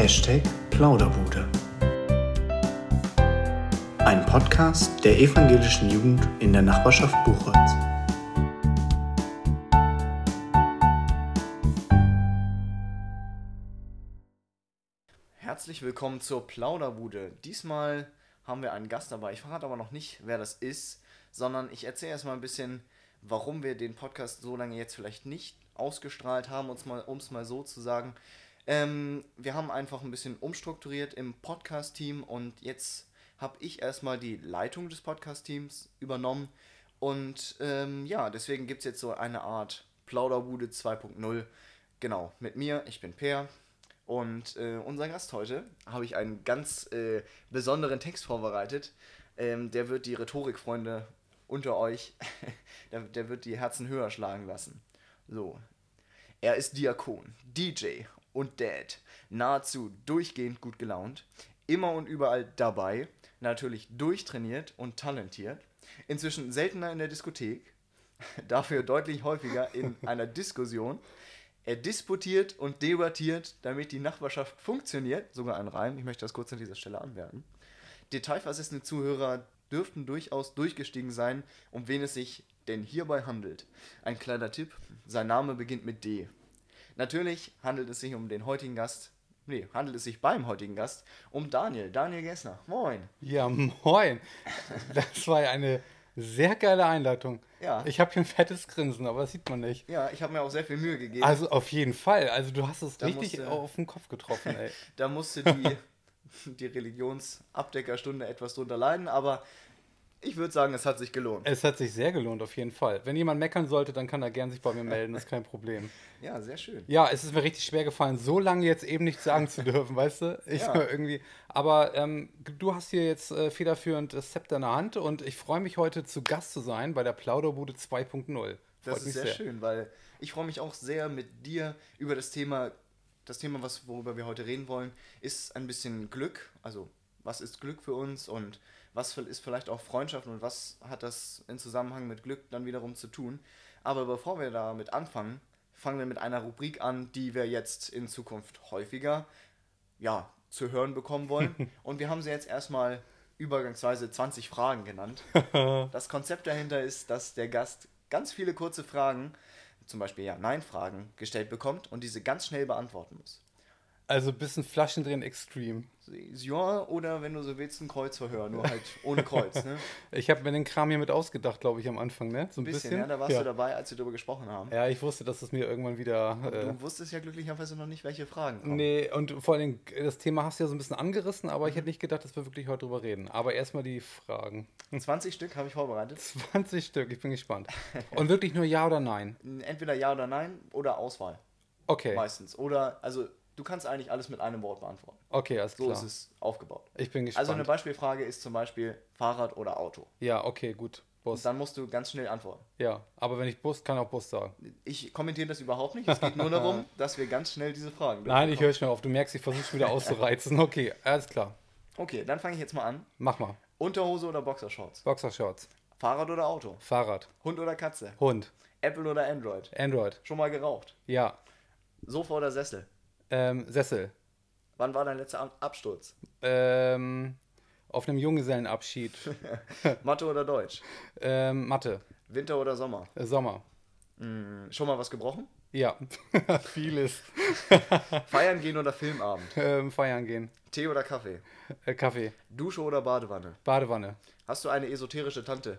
#Plauderbude. Ein Podcast der evangelischen Jugend in der Nachbarschaft Buchholz. Herzlich willkommen zur Plauderbude. Diesmal haben wir einen Gast dabei. Ich verrate aber noch nicht, wer das ist, sondern ich erzähle erstmal ein bisschen, warum wir den Podcast so lange jetzt vielleicht nicht ausgestrahlt haben, um es mal so zu sagen. Wir haben einfach ein bisschen umstrukturiert im Podcast-Team und jetzt habe ich erstmal die Leitung des Podcast-Teams übernommen und deswegen gibt es jetzt so eine Art Plauderbude 2.0. Genau, mit mir, ich bin Per. Und unser Gast heute habe ich einen ganz besonderen Text vorbereitet. Der wird die Rhetorikfreunde unter euch, der wird die Herzen höher schlagen lassen. So, er ist Diakon, DJ und Dad, nahezu durchgehend gut gelaunt, immer und überall dabei, natürlich durchtrainiert und talentiert, inzwischen seltener in der Diskothek, dafür deutlich häufiger in einer Diskussion. Er disputiert und debattiert, damit die Nachbarschaft funktioniert. Sogar ein Reim, ich möchte das kurz an dieser Stelle anmerken. Detailversessene Zuhörer dürften durchaus durchgestiegen sein, um wen es sich denn hierbei handelt. Ein kleiner Tipp, sein Name beginnt mit D. Natürlich handelt es sich beim heutigen Gast um Daniel Gessner. Moin. Ja, moin. Das war ja eine sehr geile Einleitung. Ja. Ich habe hier ein fettes Grinsen, aber das sieht man nicht. Ja, ich habe mir auch sehr viel Mühe gegeben. Also auf jeden Fall. Also du hast es Da richtig musste- auf den Kopf getroffen, ey. Da musste die Religionsabdeckerstunde etwas drunter leiden, aber ich würde sagen, es hat sich gelohnt. Es hat sich sehr gelohnt, auf jeden Fall. Wenn jemand meckern sollte, dann kann er gern sich bei mir melden, das ist kein Problem. Ja, sehr schön. Ja, es ist mir richtig schwer gefallen, so lange jetzt eben nichts sagen zu dürfen, weißt du? Aber du hast hier jetzt federführend das Zepter in der Hand und ich freue mich heute zu Gast zu sein bei der Plauderbude 2.0. Das ist sehr schön, weil ich freue mich auch sehr mit dir über das Thema, worüber wir heute reden wollen, ist ein bisschen Glück. Also, was ist Glück für uns und was ist vielleicht auch Freundschaft und was hat das in Zusammenhang mit Glück dann wiederum zu tun. Aber bevor wir damit anfangen, fangen wir mit einer Rubrik an, die wir jetzt in Zukunft häufiger zu hören bekommen wollen. Und wir haben sie jetzt erstmal übergangsweise 20 Fragen genannt. Das Konzept dahinter ist, dass der Gast ganz viele kurze Fragen, zum Beispiel Ja-Nein-Fragen, gestellt bekommt und diese ganz schnell beantworten muss. Also ein bisschen Flaschendrehen Extreme. Ja, oder wenn du so willst, ein Kreuzverhör, nur halt ohne Kreuz, ne? Ich habe mir den Kram hier mit ausgedacht, glaube ich, am Anfang, ne? So Ein bisschen, ja, da warst du dabei, als wir darüber gesprochen haben. Ja, ich wusste, dass es mir irgendwann wieder... Du wusstest ja glücklicherweise noch nicht, welche Fragen kommen. Nee, und vor allem, das Thema hast du ja so ein bisschen angerissen, aber ich hätte nicht gedacht, dass wir wirklich heute drüber reden. Aber erstmal die Fragen. 20 Stück habe ich vorbereitet. 20 Stück, ich bin gespannt. Und wirklich nur Ja oder Nein? Entweder Ja oder Nein oder Auswahl. Okay. Meistens. Oder, also, du kannst eigentlich alles mit einem Wort beantworten. Okay, alles klar. So ist es aufgebaut. Ich bin gespannt. Also eine Beispielfrage ist zum Beispiel Fahrrad oder Auto. Ja, okay, gut. Bus. Und dann musst du ganz schnell antworten. Ja, aber wenn ich Bus, kann ich auch Bus sagen. Ich kommentiere das überhaupt nicht. Es geht nur darum, dass wir ganz schnell diese Fragen Nein, ich bekommen. höre schon auf. Du merkst, ich versuche wieder auszureizen. Okay, alles klar. Okay, dann fange ich jetzt mal an. Mach mal. Unterhose oder Boxershorts? Boxershorts. Fahrrad oder Auto? Fahrrad. Hund oder Katze? Hund. Apple oder Android? Android. Schon mal geraucht? Ja. Sofa oder Sessel? Sessel. Wann war dein letzter Absturz? Auf einem Junggesellenabschied. Mathe oder Deutsch? Mathe. Winter oder Sommer? Sommer. Schon mal was gebrochen? Ja. Vieles. Feiern gehen oder Filmabend? Feiern gehen. Tee oder Kaffee? Kaffee. Dusche oder Badewanne? Badewanne. Hast du eine esoterische Tante?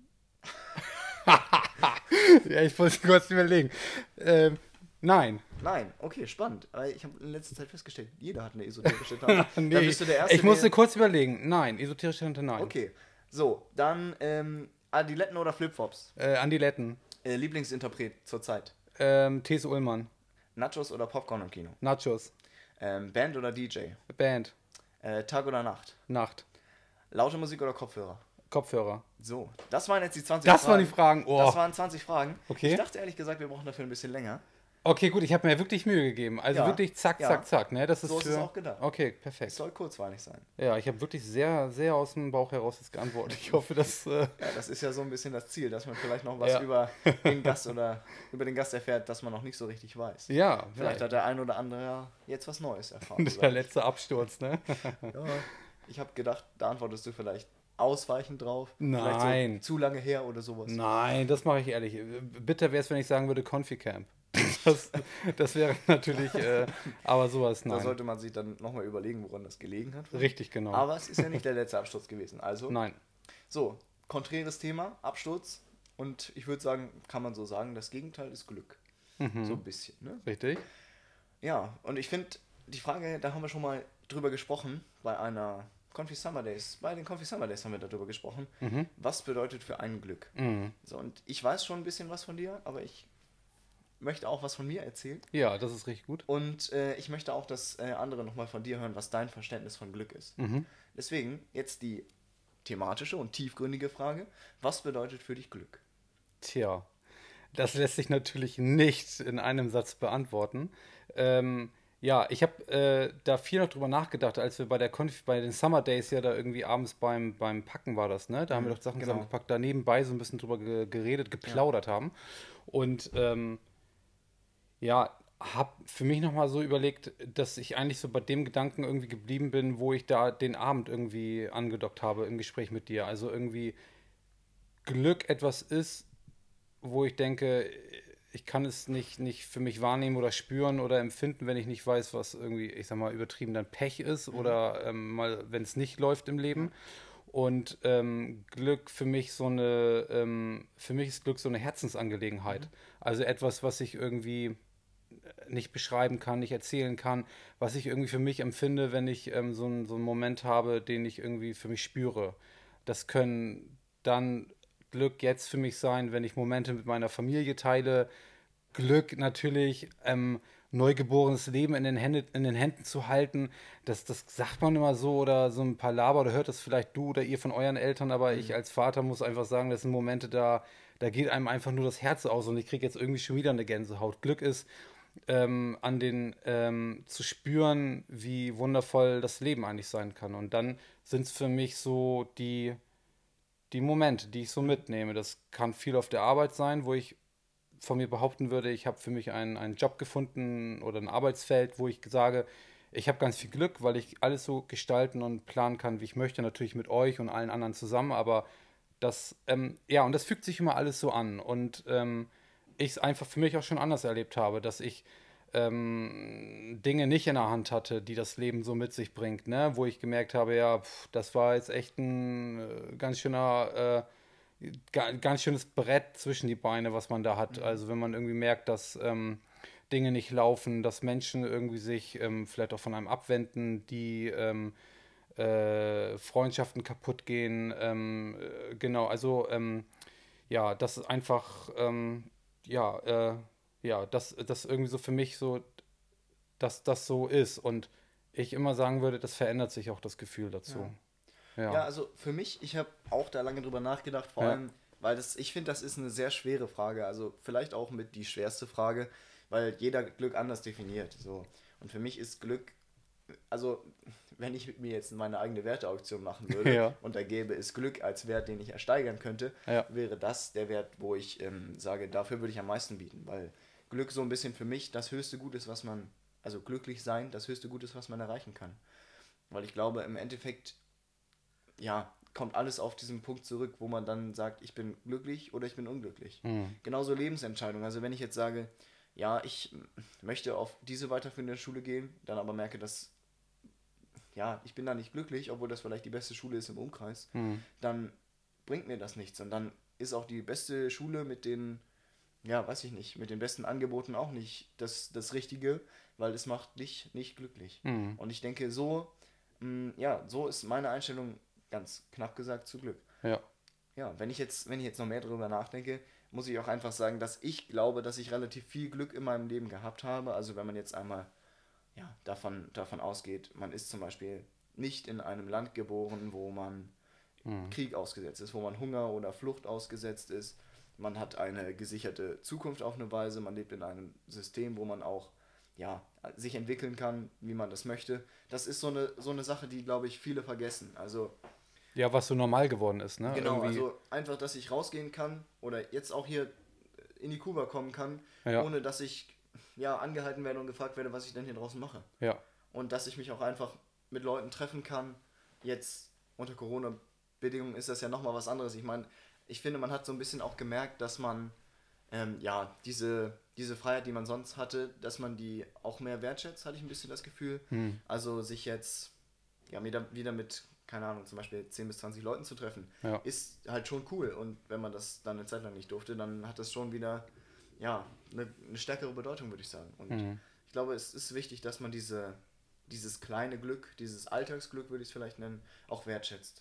Ja, ich muss kurz überlegen. Nein. Nein, okay, spannend. Aber ich habe in letzter Zeit festgestellt, jeder hat eine esoterische Tante. Nee, Dann bist du der Erste, ich musste kurz überlegen. Nein, esoterische Tante, nein. Okay, so, dann Adiletten oder Flipflops? Andiletten. Lieblingsinterpret zurzeit? These Ullmann. Nachos oder Popcorn im Kino? Nachos. Band oder DJ? Band. Tag oder Nacht? Nacht. Laute Musik oder Kopfhörer? Kopfhörer. So, das waren jetzt die 20 Das Fragen. waren die Fragen. Oh. Das waren 20 Fragen. Okay. Ich dachte ehrlich gesagt, wir brauchen dafür ein bisschen länger. Okay, gut, ich habe mir wirklich Mühe gegeben. Also Ja, wirklich zack, ja, zack, zack. Ne? Das ist so ist es für. auch gedacht. Okay, Es perfekt. soll kurzweilig sein. Ja, ich habe wirklich sehr, sehr aus dem Bauch heraus jetzt geantwortet. Ich hoffe, dass. Ja, das ist ja so ein bisschen das Ziel, dass man vielleicht noch was Ja. über den Gast oder über den Gast erfährt, das man noch nicht so richtig weiß. Ja, Vielleicht ja. hat der ein oder andere ja jetzt was Neues erfahren. Der letzte Absturz, ne? Ja, ich habe gedacht, da antwortest du vielleicht ausweichend drauf. Vielleicht so Nein. zu lange her oder sowas. Nein, das mache ich ehrlich. Bitter wäre es, wenn ich sagen würde Confi-Camp. Das, das wäre natürlich, aber sowas, Da nein. sollte man sich dann nochmal überlegen, woran das gelegen hat. Richtig, genau. Aber es ist ja nicht der letzte Absturz gewesen. Also, Nein. so, konträres Thema, Absturz. Und ich würde sagen, kann man so sagen, das Gegenteil ist Glück. So ein bisschen, ne? Richtig? Ja, und ich finde, die Frage, da haben wir schon mal drüber gesprochen, bei den Confi Summer Days haben wir darüber gesprochen. Was bedeutet für einen Glück? So, und ich weiß schon ein bisschen was von dir, aber ich möchte auch was von mir erzählen. Ja, das ist richtig gut. Und ich möchte auch, dass andere nochmal von dir hören, was dein Verständnis von Glück ist. Deswegen jetzt die thematische und tiefgründige Frage. Was bedeutet für dich Glück? Tja, das lässt sich natürlich nicht in einem Satz beantworten. Ja, ich habe da viel noch drüber nachgedacht, als wir bei den Summer Days ja da irgendwie abends beim Packen war das, ne? Da haben wir doch Sachen genau. zusammengepackt, da nebenbei so ein bisschen drüber geredet, geplaudert haben. Und ja, habe für mich nochmal so überlegt, dass ich eigentlich so bei dem Gedanken irgendwie geblieben bin, wo ich da den Abend irgendwie angedockt habe im Gespräch mit dir. Also irgendwie Glück etwas ist, wo ich denke, ich kann es nicht für mich wahrnehmen oder spüren oder empfinden, wenn ich nicht weiß, was irgendwie, ich sag mal, übertrieben dann Pech ist oder mal, wenn es nicht läuft im Leben. Und Glück für mich für mich ist Glück so eine Herzensangelegenheit. Also etwas, was ich irgendwie nicht beschreiben kann, nicht erzählen kann, was ich irgendwie für mich empfinde, wenn ich so einen Moment habe, den ich irgendwie für mich spüre. Das können dann Glück jetzt für mich sein, wenn ich Momente mit meiner Familie teile. Glück natürlich, neugeborenes Leben in den Händen zu halten. Das sagt man immer so oder so ein paar Laber, oder hört das vielleicht du oder ihr von euren Eltern, aber ich als Vater muss einfach sagen, das sind Momente, da geht einem einfach nur das Herz aus und ich kriege jetzt irgendwie schon wieder eine Gänsehaut. Glück ist, zu spüren, wie wundervoll das Leben eigentlich sein kann. Und dann sind es für mich so die Momente, die ich so mitnehme. Das kann viel auf der Arbeit sein, wo ich von mir behaupten würde, ich habe für mich einen Job gefunden oder ein Arbeitsfeld, wo ich sage, ich habe ganz viel Glück, weil ich alles so gestalten und planen kann, wie ich möchte, natürlich mit euch und allen anderen zusammen, aber ja, und das fügt sich immer alles so an und ich es einfach für mich auch schon anders erlebt habe, dass ich Dinge nicht in der Hand hatte, die das Leben so mit sich bringt, ne? Wo ich gemerkt habe, ja, das war jetzt echt ein ganz schönes Brett zwischen die Beine, was man da hat. Also wenn man irgendwie merkt, dass Dinge nicht laufen, dass Menschen irgendwie sich vielleicht auch von einem abwenden, die Freundschaften kaputt gehen. Genau, also ja, das ist einfach, ja, das irgendwie so für mich so, dass das so ist. Und ich immer sagen würde, das verändert sich auch das Gefühl dazu. Ja, also für mich, ich habe auch da lange drüber nachgedacht, vor Ja. allem, weil ich finde, das ist eine sehr schwere Frage, also vielleicht auch mit die schwerste Frage, weil jeder Glück anders definiert, so. Und für mich ist Glück, also wenn ich mit mir jetzt meine eigene Werteauktion machen würde Ja. und da gäbe es Glück als Wert, den ich ersteigern könnte, Ja. wäre das der Wert, wo ich sage, dafür würde ich am meisten bieten, weil Glück so ein bisschen für mich das höchste Gut ist, was man, also glücklich sein, das höchste Gut ist, was man erreichen kann. Weil ich glaube, im Endeffekt ja, kommt alles auf diesen Punkt zurück, wo man dann sagt, ich bin glücklich oder ich bin unglücklich. Genauso Lebensentscheidungen. Also wenn ich jetzt sage, ja, ich möchte auf diese weiterführende Schule gehen, dann aber merke, dass ja, ich bin da nicht glücklich, obwohl das vielleicht die beste Schule ist im Umkreis, dann bringt mir das nichts. Und dann ist auch die beste Schule mit den, ja, weiß ich nicht, mit den besten Angeboten auch nicht das Richtige, weil es macht dich nicht glücklich. Und ich denke, ja, so ist meine Einstellung ganz knapp gesagt zu Glück. Ja. Ja, wenn ich jetzt noch mehr darüber nachdenke, muss ich auch einfach sagen, dass ich glaube, dass ich relativ viel Glück in meinem Leben gehabt habe. Also wenn man jetzt einmal ja, davon ausgeht, man ist zum Beispiel nicht in einem Land geboren, wo man Krieg ausgesetzt ist, wo man Hunger oder Flucht ausgesetzt ist, man hat eine gesicherte Zukunft auf eine Weise, man lebt in einem System, wo man auch ja, sich entwickeln kann, wie man das möchte. Das ist so eine Sache, die, glaube ich, viele vergessen. Also Ja, was so normal geworden ist, ne? genau, Irgendwie, also einfach, dass ich rausgehen kann oder jetzt auch hier in die Kuba kommen kann, ja, ohne dass ich ja angehalten werde und gefragt werde, was ich denn hier draußen mache. ja, Und dass ich mich auch einfach mit Leuten treffen kann. Jetzt unter Corona-Bedingungen ist das ja nochmal was anderes. Ich meine, ich finde, man hat so ein bisschen auch gemerkt, dass man ja, diese Freiheit, die man sonst hatte, dass man die auch mehr wertschätzt, hatte ich ein bisschen das Gefühl. Also sich jetzt ja, wieder mit, keine Ahnung, zum Beispiel 10 bis 20 Leuten zu treffen, ja, ist halt schon cool. Und wenn man das dann eine Zeit lang nicht durfte, dann hat das schon wieder ja, eine stärkere Bedeutung, würde ich sagen. Und ich glaube, es ist wichtig, dass man dieses kleine Glück, dieses Alltagsglück, würde ich es vielleicht nennen, auch wertschätzt.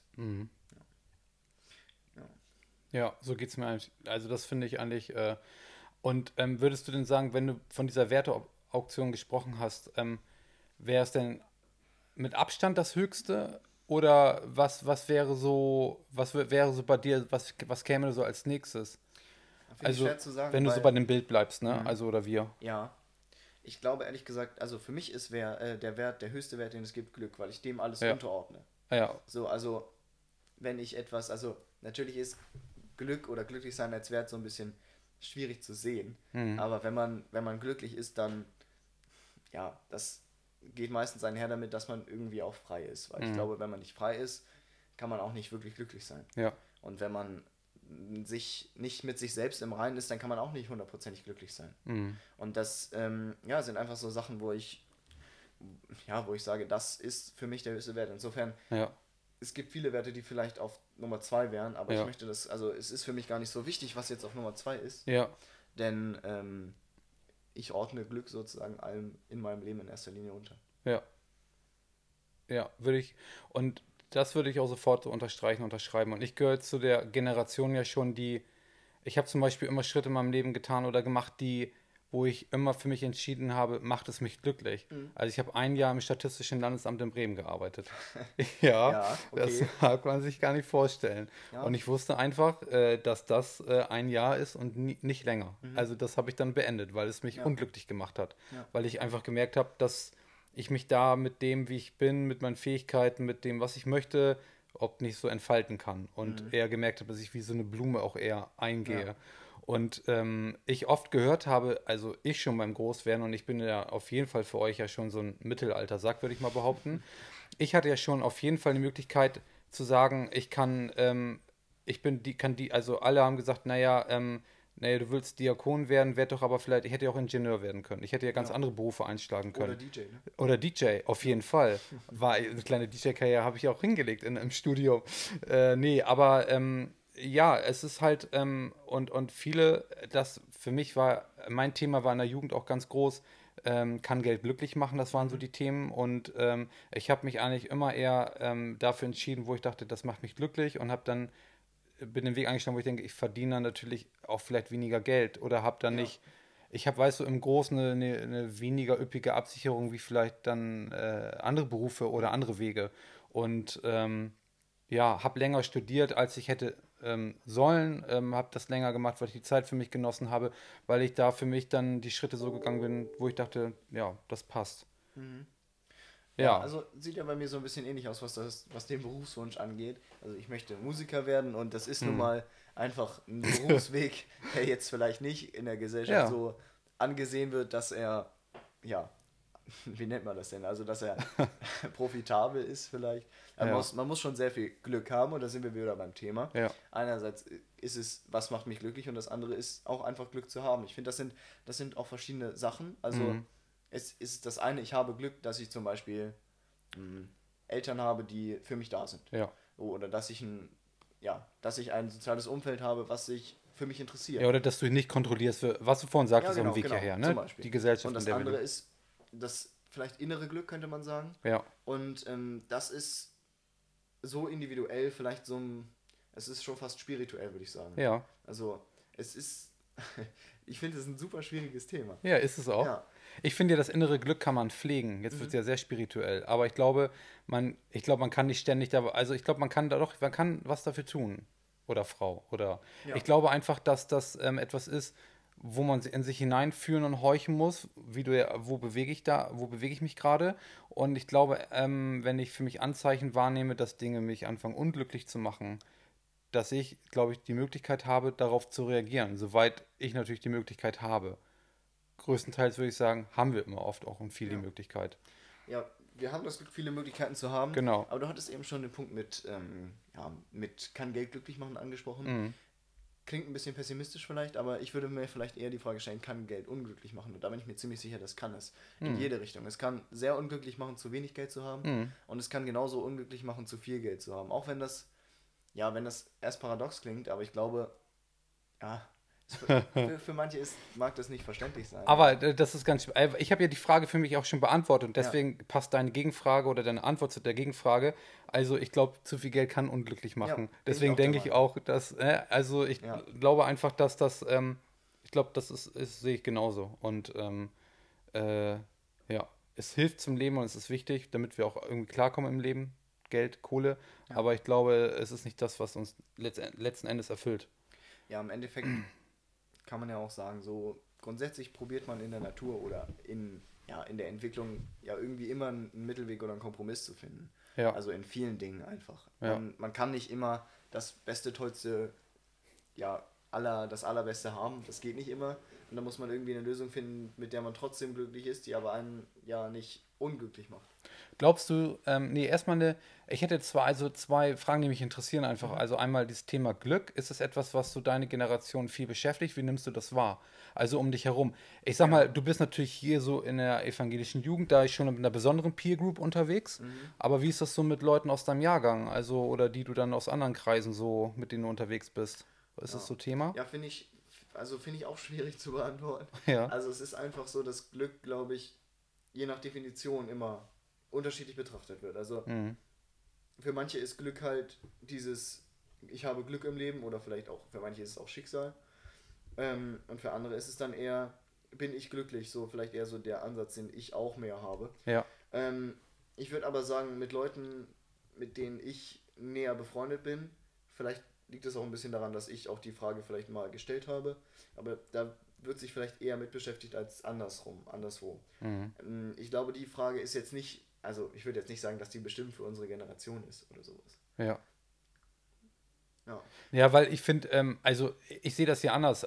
Ja. ja, so geht es mir eigentlich. Also das finde ich eigentlich. Und würdest du denn sagen, wenn du von dieser Werteauktion gesprochen hast, wäre es denn mit Abstand das Höchste? Oder was wäre so, wäre so bei dir, was käme so als nächstes? Finde ich Also, schwer zu sagen, wenn du so weil, bei dem Bild bleibst, ne? Also, oder wir. ja, ich glaube ehrlich gesagt, also für mich ist der höchste Wert, den es gibt, Glück, weil ich dem alles Ja. unterordne. Ja, So, also wenn ich etwas, also natürlich ist Glück oder Glücklichsein als Wert so ein bisschen schwierig zu sehen, aber wenn man glücklich ist, dann, ja, das geht meistens einher damit, dass man irgendwie auch frei ist, weil ich glaube, wenn man nicht frei ist, kann man auch nicht wirklich glücklich sein. ja, Und wenn man sich nicht mit sich selbst im Reinen ist, dann kann man auch nicht hundertprozentig glücklich sein. Und das ja, sind einfach so Sachen, wo ich sage, das ist für mich der höchste Wert. Insofern, ja, es gibt viele Werte, die vielleicht auf Nummer 2 wären, aber Ja. ich möchte das, also es ist für mich gar nicht so wichtig, was jetzt auf Nummer 2 ist, ja, denn ich ordne Glück sozusagen allem in meinem Leben in erster Linie unter. ja, ja, würde ich. Und das würde ich auch sofort so unterschreiben. Und ich gehöre zu der Generation ja schon, ich habe zum Beispiel immer Schritte in meinem Leben getan oder gemacht, wo ich immer für mich entschieden habe, macht es mich glücklich. Also ich habe ein Jahr im Statistischen Landesamt in Bremen gearbeitet. Ja, Ja, das okay. mag man sich gar nicht vorstellen. Ja. Und ich wusste einfach, dass das ein Jahr ist und nicht länger. Also das habe ich dann beendet, weil es mich Ja. unglücklich gemacht hat. Ja. Weil ich einfach gemerkt habe, dass ich mich da mit dem, wie ich bin, mit meinen Fähigkeiten, mit dem, was ich möchte, ob nicht so entfalten kann. Und eher gemerkt habe, dass ich wie so eine Blume auch eher eingehe. Ja. Und ich oft gehört habe, also ich schon beim Großwerden, und ich bin ja auf jeden Fall für euch ja schon so ein Mittelalter-Sack, würde ich mal behaupten. Ich hatte ja schon auf jeden Fall die Möglichkeit zu sagen, also alle haben gesagt, naja, du willst Diakon werden, werd doch aber vielleicht, ich hätte ja auch Ingenieur werden können. Ich hätte ja ganz Ja. andere Berufe einschlagen können. Oder DJ, ne? Oder DJ, auf jeden Fall. Eine kleine DJ-Karriere habe ich auch hingelegt im Studio. Nee, aber ja, es ist halt, und viele, das für mich mein Thema war in der Jugend auch ganz groß, kann Geld glücklich machen, das waren so die Themen. Und ich habe mich eigentlich immer eher dafür entschieden, wo ich dachte, das macht mich glücklich und bin den Weg eingeschlagen, wo ich denke, ich verdiene dann natürlich auch vielleicht weniger Geld oder habe dann Ja. nicht. Ich habe, weißt du, im Großen eine weniger üppige Absicherung wie vielleicht dann andere Berufe oder andere Wege. Und ja, habe länger studiert, als ich hätte sollen, habe das länger gemacht, weil ich die Zeit für mich genossen habe, weil ich da für mich dann die Schritte so gegangen bin, wo ich dachte, ja, das passt. Ja, Ja, also sieht ja bei mir so ein bisschen ähnlich aus, was den Berufswunsch angeht. Also ich möchte Musiker werden und das ist nun mal einfach ein Berufsweg, der jetzt vielleicht nicht in der Gesellschaft Ja. so angesehen wird, dass er, ja, wie nennt man das denn? Also dass er profitabel ist vielleicht. Ja. Man muss schon sehr viel Glück haben und da sind wir wieder beim Thema. Ja. Einerseits ist es, was macht mich glücklich und das andere ist auch einfach Glück zu haben. Ich finde, das sind auch verschiedene Sachen. Also es ist das eine, ich habe Glück, dass ich zum Beispiel Eltern habe, die für mich da sind. ja. Oder dass ich dass ich ein soziales Umfeld habe, was sich für mich interessiert. Ja, oder dass du nicht kontrollierst, was du vorhin sagtest, auf dem Weg genau, hierher, zum ne? Beispiel. Die Gesellschaft, Und das in der wir andere leben. ist das vielleicht innere Glück, könnte man sagen. Ja, Und das ist so individuell, es ist schon fast spirituell, würde ich sagen. ja. Also es ist, ich finde es ein super schwieriges Thema. Ja, ist es auch. Ja. Ich finde ja, das innere Glück kann man pflegen. Jetzt wird es ja sehr spirituell. Aber ich glaube, man kann nicht ständig da, also ich glaube, man kann was dafür tun. oder Frau. Oder Ja. ich glaube einfach, dass das etwas ist, wo man in sich hineinfühlen und horchen muss, wo bewege ich mich gerade. Und ich glaube, wenn ich für mich Anzeichen wahrnehme, dass Dinge mich anfangen unglücklich zu machen, dass ich, glaube ich, die Möglichkeit habe, darauf zu reagieren, soweit ich natürlich die Möglichkeit habe. Größtenteils würde ich sagen, haben wir immer oft auch und viel die Ja. Möglichkeit. Ja, wir haben das Glück, viele Möglichkeiten zu haben. Genau. Aber du hattest eben schon den Punkt mit kann Geld glücklich machen angesprochen. Mhm. Klingt ein bisschen pessimistisch vielleicht, aber ich würde mir vielleicht eher die Frage stellen, kann Geld unglücklich machen? Und da bin ich mir ziemlich sicher, das kann es. In jede Richtung. Es kann sehr unglücklich machen, zu wenig Geld zu haben. Mhm. Und es kann genauso unglücklich machen, zu viel Geld zu haben. Auch wenn das erst paradox klingt, aber ich glaube, ja, für manche mag das nicht verständlich sein. Aber das ist ganz. Ich habe ja die Frage für mich auch schon beantwortet und Ja. deswegen passt deine Gegenfrage oder deine Antwort zu der Gegenfrage. Also ich glaube, zu viel Geld kann unglücklich machen. Ja, bin ich Deswegen auch der denke ich Meinung. auch, dass. Also ich Ja. glaube einfach, dass das. Ich glaube, sehe ich genauso. Und ja, es hilft zum Leben und es ist wichtig, damit wir auch irgendwie klarkommen im Leben. Geld, Kohle. Ja. Aber ich glaube, es ist nicht das, was uns letzten Endes erfüllt. Ja, im Endeffekt kann man ja auch sagen, so grundsätzlich probiert man in der Natur oder in der Entwicklung ja irgendwie immer einen Mittelweg oder einen Kompromiss zu finden. Ja. Also in vielen Dingen einfach. Ja. Man kann nicht immer das Beste, Tollste, das Allerbeste haben. Das geht nicht immer. Und da muss man irgendwie eine Lösung finden, mit der man trotzdem glücklich ist, die aber einen ja nicht unglücklich macht. Glaubst du, ich hätte zwei Fragen, die mich interessieren einfach. Also einmal das Thema Glück. Ist es etwas, was so deine Generation viel beschäftigt? Wie nimmst du das wahr? Also um dich herum. Ich sag mal, du bist natürlich hier so in der evangelischen Jugend, da ist schon in einer besonderen Peer Group unterwegs. Aber wie ist das so mit Leuten aus deinem Jahrgang? Also, oder die du dann aus anderen Kreisen so, mit denen du unterwegs bist? Ist das so Thema? Ja, finde ich auch schwierig zu beantworten. Ja. Also es ist einfach so, dass Glück, glaube ich, je nach Definition immer unterschiedlich betrachtet wird. Also Mhm. für manche ist Glück halt ich habe Glück im Leben oder vielleicht auch, für manche ist es auch Schicksal. Und für andere ist es dann eher, bin ich glücklich, so vielleicht eher so der Ansatz, den ich auch mehr habe. Ja. Ich würde aber sagen, mit Leuten, mit denen ich näher befreundet bin, vielleicht liegt es auch ein bisschen daran, dass ich auch die Frage vielleicht mal gestellt habe, aber da wird sich vielleicht eher mit beschäftigt als anderswo. Mhm. Ich glaube, die Frage ist jetzt nicht, also ich würde jetzt nicht sagen, dass die bestimmt für unsere Generation ist oder sowas. Ja. Ja. Ja, weil ich finde, also ich sehe das ja anders.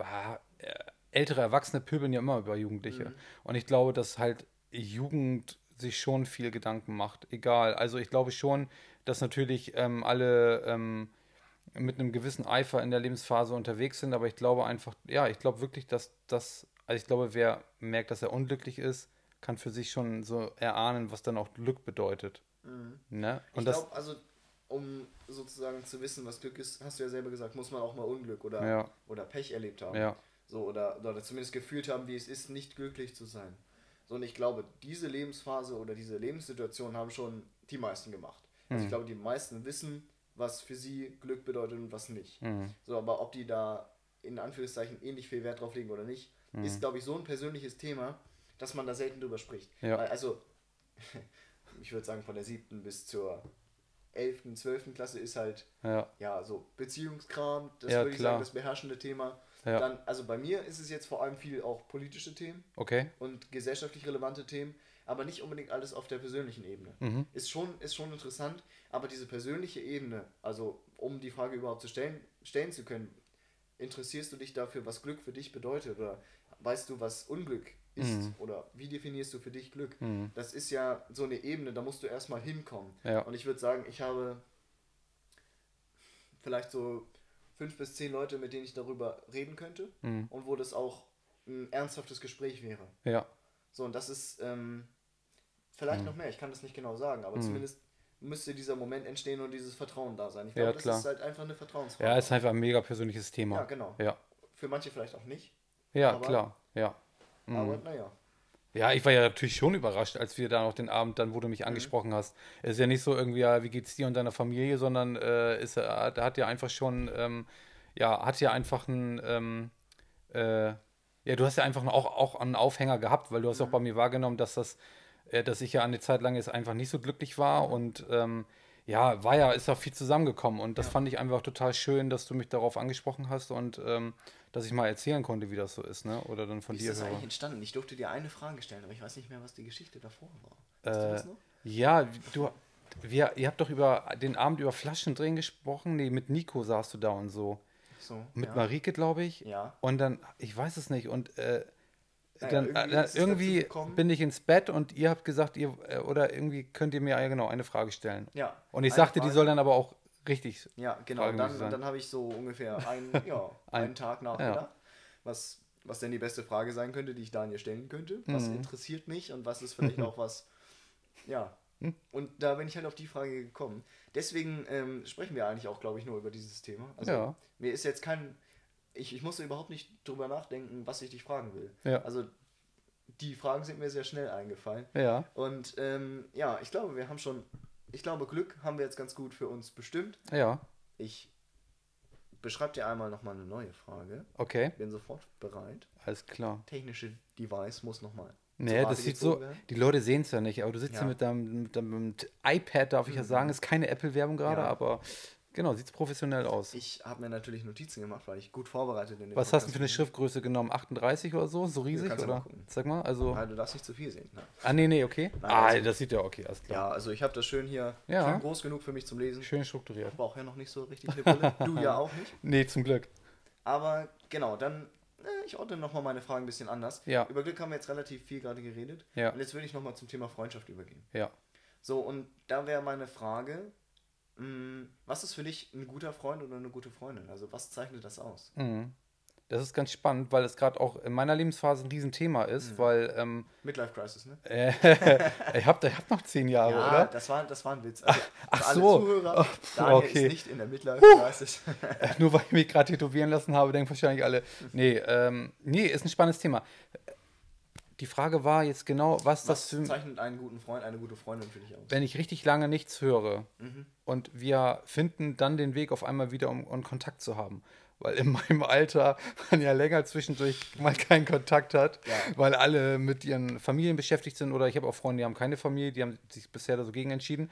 Ältere Erwachsene pöbeln ja immer über Jugendliche. Und ich glaube, dass halt Jugend sich schon viel Gedanken macht. Egal. Also ich glaube schon, dass natürlich alle mit einem gewissen Eifer in der Lebensphase unterwegs sind, aber ich glaube einfach, ja, ich glaube wirklich, also ich glaube, wer merkt, dass er unglücklich ist, kann für sich schon so erahnen, was dann auch Glück bedeutet. Ne? Ich Und das, glaube, also um sozusagen zu wissen, was Glück ist, hast du ja selber gesagt, muss man auch mal Unglück Ja. oder Pech erlebt haben. Ja. So, oder zumindest gefühlt haben, wie es ist, nicht glücklich zu sein. So, und ich glaube, diese Lebensphase oder diese Lebenssituation haben schon die meisten gemacht. Also ich glaube, die meisten wissen, was für sie Glück bedeutet und was nicht. So, aber ob die da in Anführungszeichen ähnlich viel Wert drauf legen oder nicht, ist, glaube ich, so ein persönliches Thema, dass man da selten drüber spricht. Ja. Weil, also, ich würde sagen, von der 7. bis zur 11., 12. Klasse ist halt, ja. so Beziehungskram, das Ja, würde ich klar. sagen, das beherrschende Thema. Ja. Dann, also bei mir ist es jetzt vor allem viel auch politische Themen Okay. und gesellschaftlich relevante Themen, aber nicht unbedingt alles auf der persönlichen Ebene. Ist schon interessant, aber diese persönliche Ebene, also um die Frage überhaupt stellen zu können, interessierst du dich dafür, was Glück für dich bedeutet oder weißt du, was Unglück ist oder wie definierst du für dich Glück? Das ist ja so eine Ebene, da musst du erstmal hinkommen. Ja. Und ich würde sagen, ich habe vielleicht so 5 bis 10 Leute, mit denen ich darüber reden könnte und wo das auch ein ernsthaftes Gespräch wäre. Ja. So, und das ist vielleicht noch mehr, ich kann das nicht genau sagen, aber zumindest müsste dieser Moment entstehen und dieses Vertrauen da sein. Ich glaube, Ja, klar. das ist halt einfach eine Vertrauensfrage. Ja, ist einfach ein mega persönliches Thema. Ja, genau. Ja. Für manche vielleicht auch nicht. Ja, Aber- klar. Ja. Aber naja. Ja, ich war ja natürlich schon überrascht, als wir da noch den Abend dann, wo du mich angesprochen hast. Es ist ja nicht so irgendwie, ja, wie geht's dir und deiner Familie, sondern da hat ja einfach schon, hat ja einfach du hast ja einfach auch einen Aufhänger gehabt, weil du hast auch bei mir wahrgenommen, dass ich ja eine Zeit lang jetzt einfach nicht so glücklich war und ja, ist ja viel zusammengekommen und das fand ich einfach total schön, dass du mich darauf angesprochen hast und dass ich mal erzählen konnte, wie das so ist, ne? Oder dann von Wie dir ist das höre. eigentlich entstanden? Ich durfte dir eine Frage stellen, aber ich weiß nicht mehr, was die Geschichte davor war. Weißt du das noch? Ja, ihr habt doch über den Abend über Flaschendrehen gesprochen. Nee, mit Nico saßt du da und so. So, Mit ja. Marike, glaube ich. Ja. Und dann, ich weiß es nicht. Und Naja, dann irgendwie ist es dazu irgendwie gekommen. bin ich ins Bett und ihr habt gesagt, oder irgendwie könnt ihr mir genau eine Frage stellen. Ja. Und ich eine sagte, die Frage. soll dann aber auch richtig Ja, genau. fragemäßig sein. Dann habe ich so ungefähr einen Tag nachgedacht, was denn die beste Frage sein könnte, die ich Daniel stellen könnte. Was interessiert mich und was ist vielleicht auch was, ja. Und da bin ich halt auf die Frage gekommen. Deswegen sprechen wir eigentlich auch, glaube ich, nur über dieses Thema. Also Ja. mir ist jetzt ich musste überhaupt nicht drüber nachdenken, was ich dich fragen will. Ja. Also die Fragen sind mir sehr schnell eingefallen. Ja. Und ich glaube, Glück haben wir jetzt ganz gut für uns bestimmt. Ja. Ich beschreibe dir einmal nochmal eine neue Frage. Okay. Bin sofort bereit. Alles klar. Technische Device muss nochmal. Nee, das sieht so, die Leute sehen es ja nicht, aber du sitzt Ja. hier mit deinem iPad, darf ich ja sagen, ist keine Apple-Werbung gerade, Ja. aber genau, sieht professionell aus. Ich habe mir natürlich Notizen gemacht, weil ich gut vorbereitet in den Was hast du Podcast für eine bin. Schriftgröße genommen? 38 oder so? So riesig, kannst du mal oder? gucken. Sag mal, also. Nein, du darfst nicht zu viel sehen. Nein. Nee, okay. Nein, also- Das sieht ja okay, alles klar. Ja, also ich habe das schön hier, Ja. schön groß genug für mich zum Lesen. Schön strukturiert. Ich brauche ja noch nicht so richtig eine Brille. Du ja auch nicht. Nee, zum Glück. Aber genau, dann, ich ordne nochmal meine Fragen ein bisschen anders. Ja. Über Glück haben wir jetzt relativ viel gerade geredet. Ja. Und jetzt würde ich nochmal zum Thema Freundschaft übergehen. Ja. So, und da wäre meine Frage, was ist für dich ein guter Freund oder eine gute Freundin? Also was zeichnet das aus? Mhm. Das ist ganz spannend, weil es gerade auch in meiner Lebensphase ein Riesenthema ist, weil Midlife Crisis, ne? ich hab noch 10 Jahre, Ja, oder? das war ein Witz. Also, ach für alle so. Zuhörer, Daniel okay. ist nicht in der Midlife Crisis. Nur weil ich mich gerade tätowieren lassen habe, denken wahrscheinlich alle, nee, ist ein spannendes Thema. Die Frage war jetzt genau, was Was das zeichnet einen guten Freund, eine gute Freundin für dich aus? wenn ich richtig lange nichts höre und wir finden dann den Weg auf einmal wieder, um Kontakt zu haben. Weil in meinem Alter man ja länger zwischendurch mal keinen Kontakt hat, Ja. weil alle mit ihren Familien beschäftigt sind oder ich habe auch Freunde, die haben keine Familie, die haben sich bisher dagegen entschieden,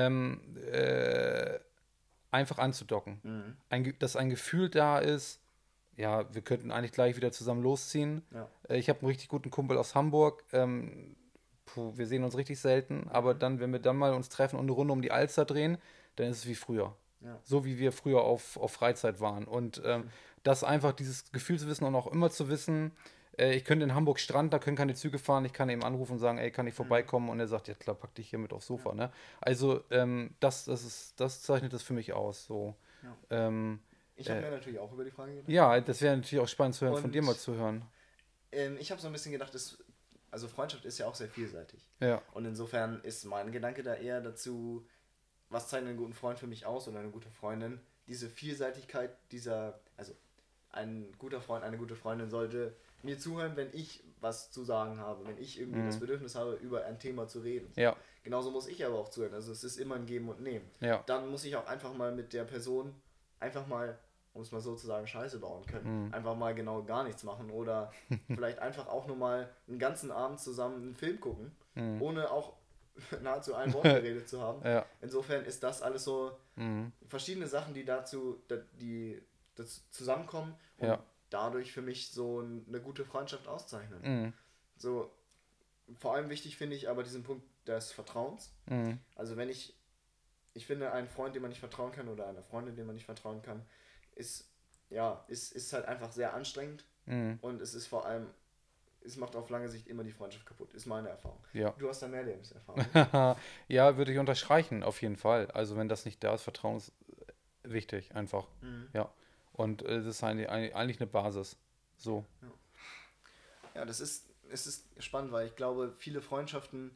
einfach anzudocken. Dass ein Gefühl da ist, ja, wir könnten eigentlich gleich wieder zusammen losziehen. Ja. Ich habe einen richtig guten Kumpel aus Hamburg. Wir sehen uns richtig selten, aber dann, wenn wir dann mal uns treffen und eine Runde um die Alster drehen, dann ist es wie früher. Ja. So wie wir früher auf Freizeit waren. Und das einfach, dieses Gefühl zu wissen und auch immer zu wissen, ich könnte in Hamburg Strand, da können keine Züge fahren, ich kann ihm anrufen und sagen, ey, kann ich vorbeikommen? Und er sagt, ja klar, pack dich hier mit aufs Sofa. Ne? Also das zeichnet das für mich aus. So. Ja. Ich habe mir natürlich auch über die Frage gedacht. Ja, das wäre natürlich auch spannend zu hören, von Und- dir mal zu hören. Ich habe so ein bisschen gedacht, also Freundschaft ist ja auch sehr vielseitig. Ja. Und insofern ist mein Gedanke da eher dazu, was zeichnet einen guten Freund für mich aus oder eine gute Freundin? Diese Vielseitigkeit also ein guter Freund, eine gute Freundin sollte mir zuhören, wenn ich was zu sagen habe, wenn ich irgendwie das Bedürfnis habe, über ein Thema zu reden. Ja. Genauso muss ich aber auch zuhören. Also es ist immer ein Geben und Nehmen. Ja. Dann muss ich auch einfach mal mit der Person einfach mal, um es mal so zu sagen, Scheiße bauen können. Einfach mal genau gar nichts machen oder vielleicht einfach auch nur mal einen ganzen Abend zusammen einen Film gucken, ohne auch nahezu ein Wort geredet zu haben. Ja. Insofern ist das alles so verschiedene Sachen, die dazu zusammenkommen und Ja. dadurch für mich so eine gute Freundschaft auszeichnen. So, vor allem wichtig finde ich aber diesen Punkt des Vertrauens. Also wenn ich finde, ein Freund, dem man nicht vertrauen kann oder einer Freundin, dem man nicht vertrauen kann, ist halt einfach sehr anstrengend und es ist vor allem, es macht auf lange Sicht immer die Freundschaft kaputt, ist meine Erfahrung. Ja. Du hast da mehr Lebenserfahrung. Ja, würde ich unterstreichen, auf jeden Fall. Also wenn das nicht da ist, Vertrauen ist wichtig, einfach. Ja. Und es ist eigentlich eine Basis. So. Ja, es ist spannend, weil ich glaube, viele Freundschaften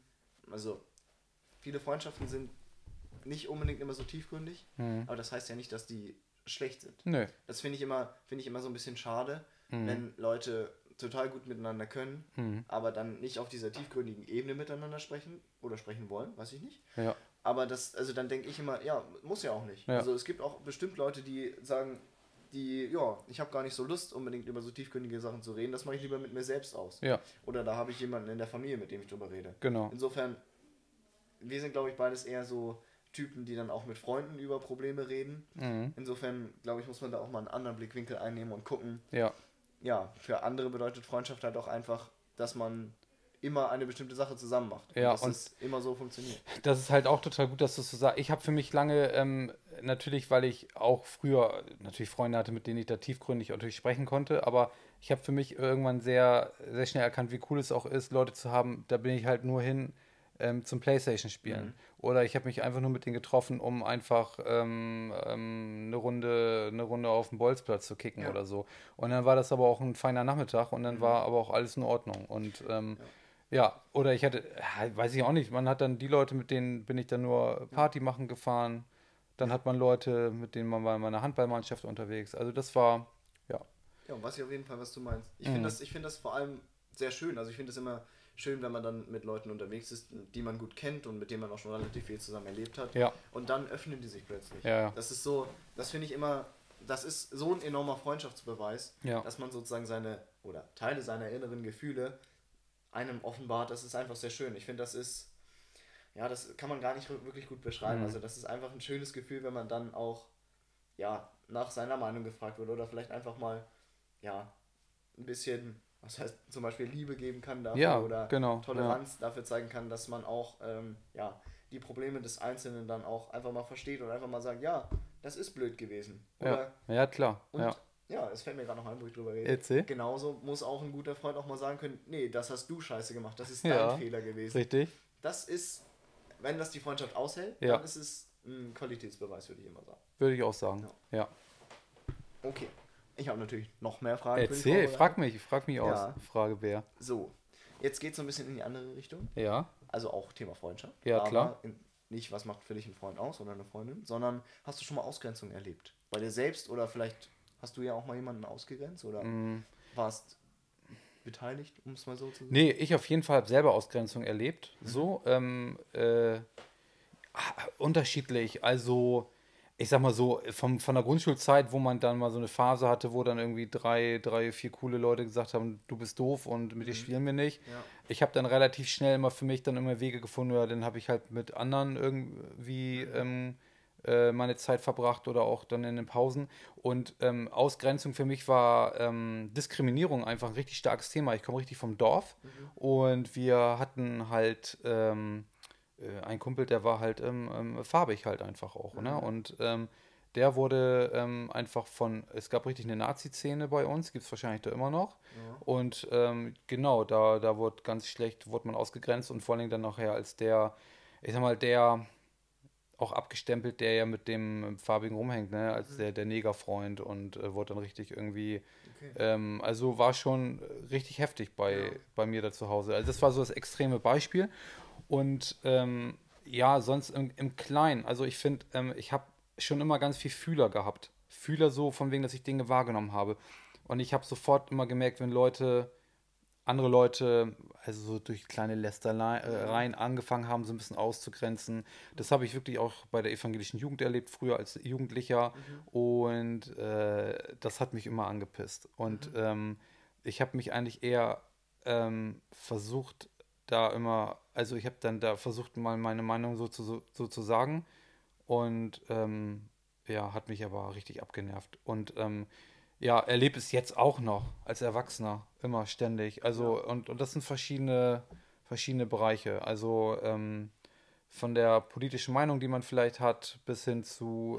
sind nicht unbedingt immer so tiefgründig, aber das heißt ja nicht, dass die schlecht sind. Nö. Das finde ich immer so ein bisschen schade, wenn Leute total gut miteinander können, aber dann nicht auf dieser tiefgründigen Ebene miteinander sprechen oder sprechen wollen, weiß ich nicht. Ja. Aber dann denke ich immer, ja, muss ja auch nicht. Ja. Also es gibt auch bestimmt Leute, die sagen, ich habe gar nicht so Lust, unbedingt über so tiefgründige Sachen zu reden, das mache ich lieber mit mir selbst aus. Ja. Oder da habe ich jemanden in der Familie, mit dem ich drüber rede. Genau. Insofern, wir sind, glaube ich, beides eher so Typen, die dann auch mit Freunden über Probleme reden. Insofern, glaube ich, muss man da auch mal einen anderen Blickwinkel einnehmen und gucken. Ja, für andere bedeutet Freundschaft halt auch einfach, dass man immer eine bestimmte Sache zusammen macht. Ja, und dass es immer so funktioniert. Das ist halt auch total gut, dass du es so sagst. Ich habe für mich lange, natürlich, weil ich auch früher natürlich Freunde hatte, mit denen ich da tiefgründig natürlich sprechen konnte, aber ich habe für mich irgendwann sehr, sehr schnell erkannt, wie cool es auch ist, Leute zu haben, da bin ich halt nur hin zum Playstation spielen. Oder ich habe mich einfach nur mit denen getroffen, um einfach eine Runde auf dem Bolzplatz zu kicken oder so. Und dann war das aber auch ein feiner Nachmittag und dann war aber auch alles in Ordnung. Und ja, oder ich hatte, weiß ich auch nicht, man hat dann die Leute, mit denen bin ich dann nur Party machen gefahren. Dann hat man Leute, mit denen man war in meiner Handballmannschaft unterwegs. Also das war, ja. Ja, und weiß ich auf jeden Fall, was du meinst. Ich finde das vor allem sehr schön. Also ich finde es immer schön, wenn man dann mit Leuten unterwegs ist, die man gut kennt und mit denen man auch schon relativ viel zusammen erlebt hat. Ja. Und dann öffnen die sich plötzlich. Ja. Das ist so, das finde ich immer, das ist so ein enormer Freundschaftsbeweis, dass man sozusagen oder Teile seiner inneren Gefühle einem offenbart. Das ist einfach sehr schön. Ich finde, das kann man gar nicht wirklich gut beschreiben. Also das ist einfach ein schönes Gefühl, wenn man dann auch, nach seiner Meinung gefragt wird oder vielleicht einfach mal, ein bisschen, was heißt zum Beispiel Liebe geben kann dafür oder Toleranz dafür zeigen kann, dass man auch, die Probleme des Einzelnen dann auch einfach mal versteht und einfach mal sagt, ja, das ist blöd gewesen. Oder, ja, klar. Und es fällt mir gerade noch ein, wo ich drüber rede. Erzähl. Genauso muss auch ein guter Freund auch mal sagen können, nee, das hast du scheiße gemacht, das ist dein Fehler gewesen. Richtig. Das ist, wenn das die Freundschaft aushält, dann ist es ein Qualitätsbeweis, würde ich immer sagen. Würde ich auch sagen, ja. Okay, ich habe natürlich noch mehr Fragen. Erzähl, frag mich aus, Fragebär. So, jetzt geht es so ein bisschen in die andere Richtung. Ja. Also auch Thema Freundschaft. Ja, aber klar. Nicht, was macht für dich ein Freund aus oder eine Freundin, sondern hast du schon mal Ausgrenzung erlebt? Bei dir selbst oder vielleicht hast du ja auch mal jemanden ausgegrenzt oder warst beteiligt, um es mal so zu sagen? Nee, ich auf jeden Fall habe selber Ausgrenzung erlebt. So, unterschiedlich. Also, ich sag mal so, von der Grundschulzeit, wo man dann mal so eine Phase hatte, wo dann irgendwie drei, vier coole Leute gesagt haben, du bist doof und mit dir spielen wir nicht. Ja. Ich habe dann relativ schnell immer für mich dann immer Wege gefunden, oder dann habe ich halt mit anderen irgendwie meine Zeit verbracht oder auch dann in den Pausen. Und Ausgrenzung für mich war Diskriminierung einfach ein richtig starkes Thema. Ich komme richtig vom Dorf und wir hatten halt ein Kumpel, der war halt farbig halt einfach auch. Ne? Und der wurde einfach es gab richtig eine Nazi-Szene bei uns, gibt es wahrscheinlich da immer noch. Ja. Und genau, da wurde ganz schlecht, wurde man ausgegrenzt und vor allem dann nachher als der, ich sag mal, der auch abgestempelt, der ja mit dem Farbigen rumhängt, ne, als der Negerfreund und wurde dann richtig irgendwie, also war schon richtig heftig bei mir da zu Hause. Also das war so das extreme Beispiel. Und sonst im Kleinen, also ich finde, ich habe schon immer ganz viel Fühler gehabt. Fühler so von wegen, dass ich Dinge wahrgenommen habe. Und ich habe sofort immer gemerkt, wenn andere Leute, also so durch kleine Lästereien angefangen haben, so ein bisschen auszugrenzen. Das habe ich wirklich auch bei der evangelischen Jugend erlebt, früher als Jugendlicher. Und das hat mich immer angepisst. Und ich habe mich eigentlich eher versucht, also ich habe dann da versucht, mal meine Meinung so zu sagen. Und hat mich aber richtig abgenervt. Und erlebe es jetzt auch noch als Erwachsener, immer ständig. Also, und das sind verschiedene Bereiche. Also von der politischen Meinung, die man vielleicht hat, bis hin zu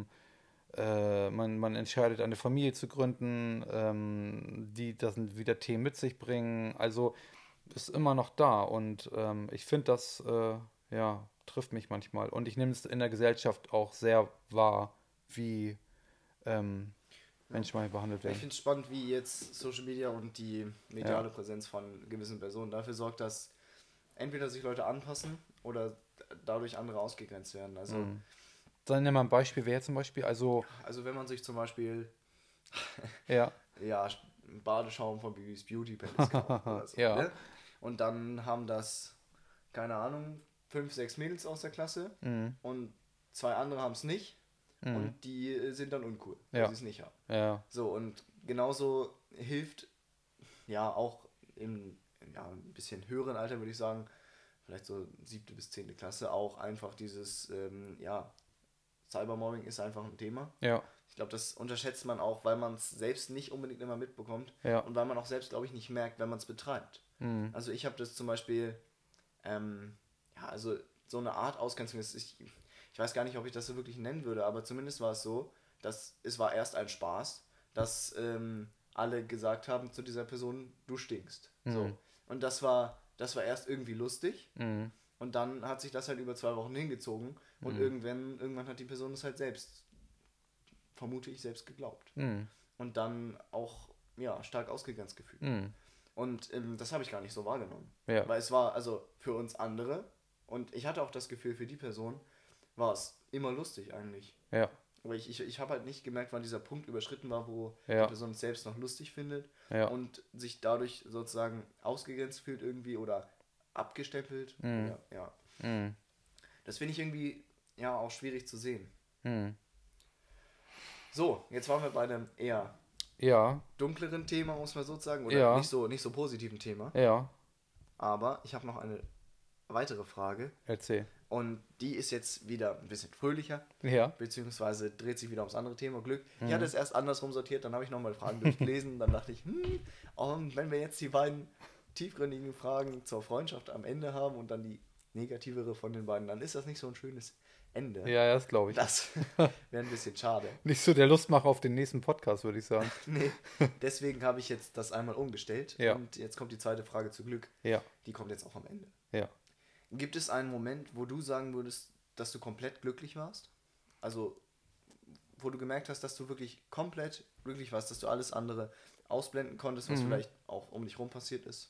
man entscheidet, eine Familie zu gründen, die das wieder Themen mit sich bringen. Also ist immer noch da. Und ich finde, das trifft mich manchmal. Und ich nehme es in der Gesellschaft auch sehr wahr, wie Menschen mal behandelt werden. Ich finde es spannend, wie jetzt Social Media und die mediale Präsenz von gewissen Personen dafür sorgt, dass entweder sich Leute anpassen oder dadurch andere ausgegrenzt werden. Also, Dann nehmen wir ein Beispiel. Wer zum Beispiel? Also wenn man sich zum Beispiel ja. Badeschaum von Bibis Beauty Palace kauft oder so. Ne? Und dann haben das, keine Ahnung, 5, 6 Mädels aus der Klasse und 2 andere haben es nicht. Und die sind dann uncool, weil sie es nicht haben. Ja. So, und genauso hilft auch im ein bisschen höheren Alter, würde ich sagen, vielleicht so 7. bis 10. Klasse, auch einfach dieses, Cybermobbing ist einfach ein Thema. Ja. Ich glaube, das unterschätzt man auch, weil man es selbst nicht unbedingt immer mitbekommt Ja. und weil man auch selbst, glaube ich, nicht merkt, wenn man es betreibt. Also ich habe das zum Beispiel, also so eine Art Ausgrenzung ist, ich weiß gar nicht, ob ich das so wirklich nennen würde, aber zumindest war es so, dass es war erst ein Spaß, dass alle gesagt haben zu dieser Person, du stinkst. So. Und das war erst irgendwie lustig und dann hat sich das halt über 2 Wochen hingezogen und irgendwann hat die Person es halt selbst, vermute ich, selbst geglaubt. Und dann auch, stark ausgegrenzt gefühlt. Und das habe ich gar nicht so wahrgenommen. Ja. Weil es war, also für uns andere, und ich hatte auch das Gefühl, für die Person war es immer lustig eigentlich. Ja. Aber ich habe halt nicht gemerkt, wann dieser Punkt überschritten war, wo Ja. die Person es selbst noch lustig findet und sich dadurch sozusagen ausgegrenzt fühlt irgendwie oder abgestempelt. Oder, Das finde ich irgendwie auch schwierig zu sehen. So, jetzt waren wir bei einem eher dunkleren Thema, muss man sozusagen, oder nicht so positiven Thema. Ja. Aber ich habe noch eine weitere Frage. Erzähl. Und die ist jetzt wieder ein bisschen fröhlicher. Ja. Beziehungsweise dreht sich wieder ums andere Thema, Glück. Ich hatte es erst andersrum sortiert, dann habe ich nochmal Fragen durchgelesen. Dann dachte ich, und wenn wir jetzt die beiden tiefgründigen Fragen zur Freundschaft am Ende haben und dann die negativere von den beiden, dann ist das nicht so ein schönes Ende. Ja, das glaube ich. Das wäre ein bisschen schade. Nicht so der Lustmacher auf den nächsten Podcast, würde ich sagen. Nee, deswegen habe ich jetzt das einmal umgestellt. Ja. Und jetzt kommt die zweite Frage zu Glück. Ja. Die kommt jetzt auch am Ende. Ja. Gibt es einen Moment, wo du sagen würdest, dass du komplett glücklich warst? Also, wo du gemerkt hast, dass du wirklich komplett glücklich warst, dass du alles andere ausblenden konntest, was vielleicht auch um dich rum passiert ist?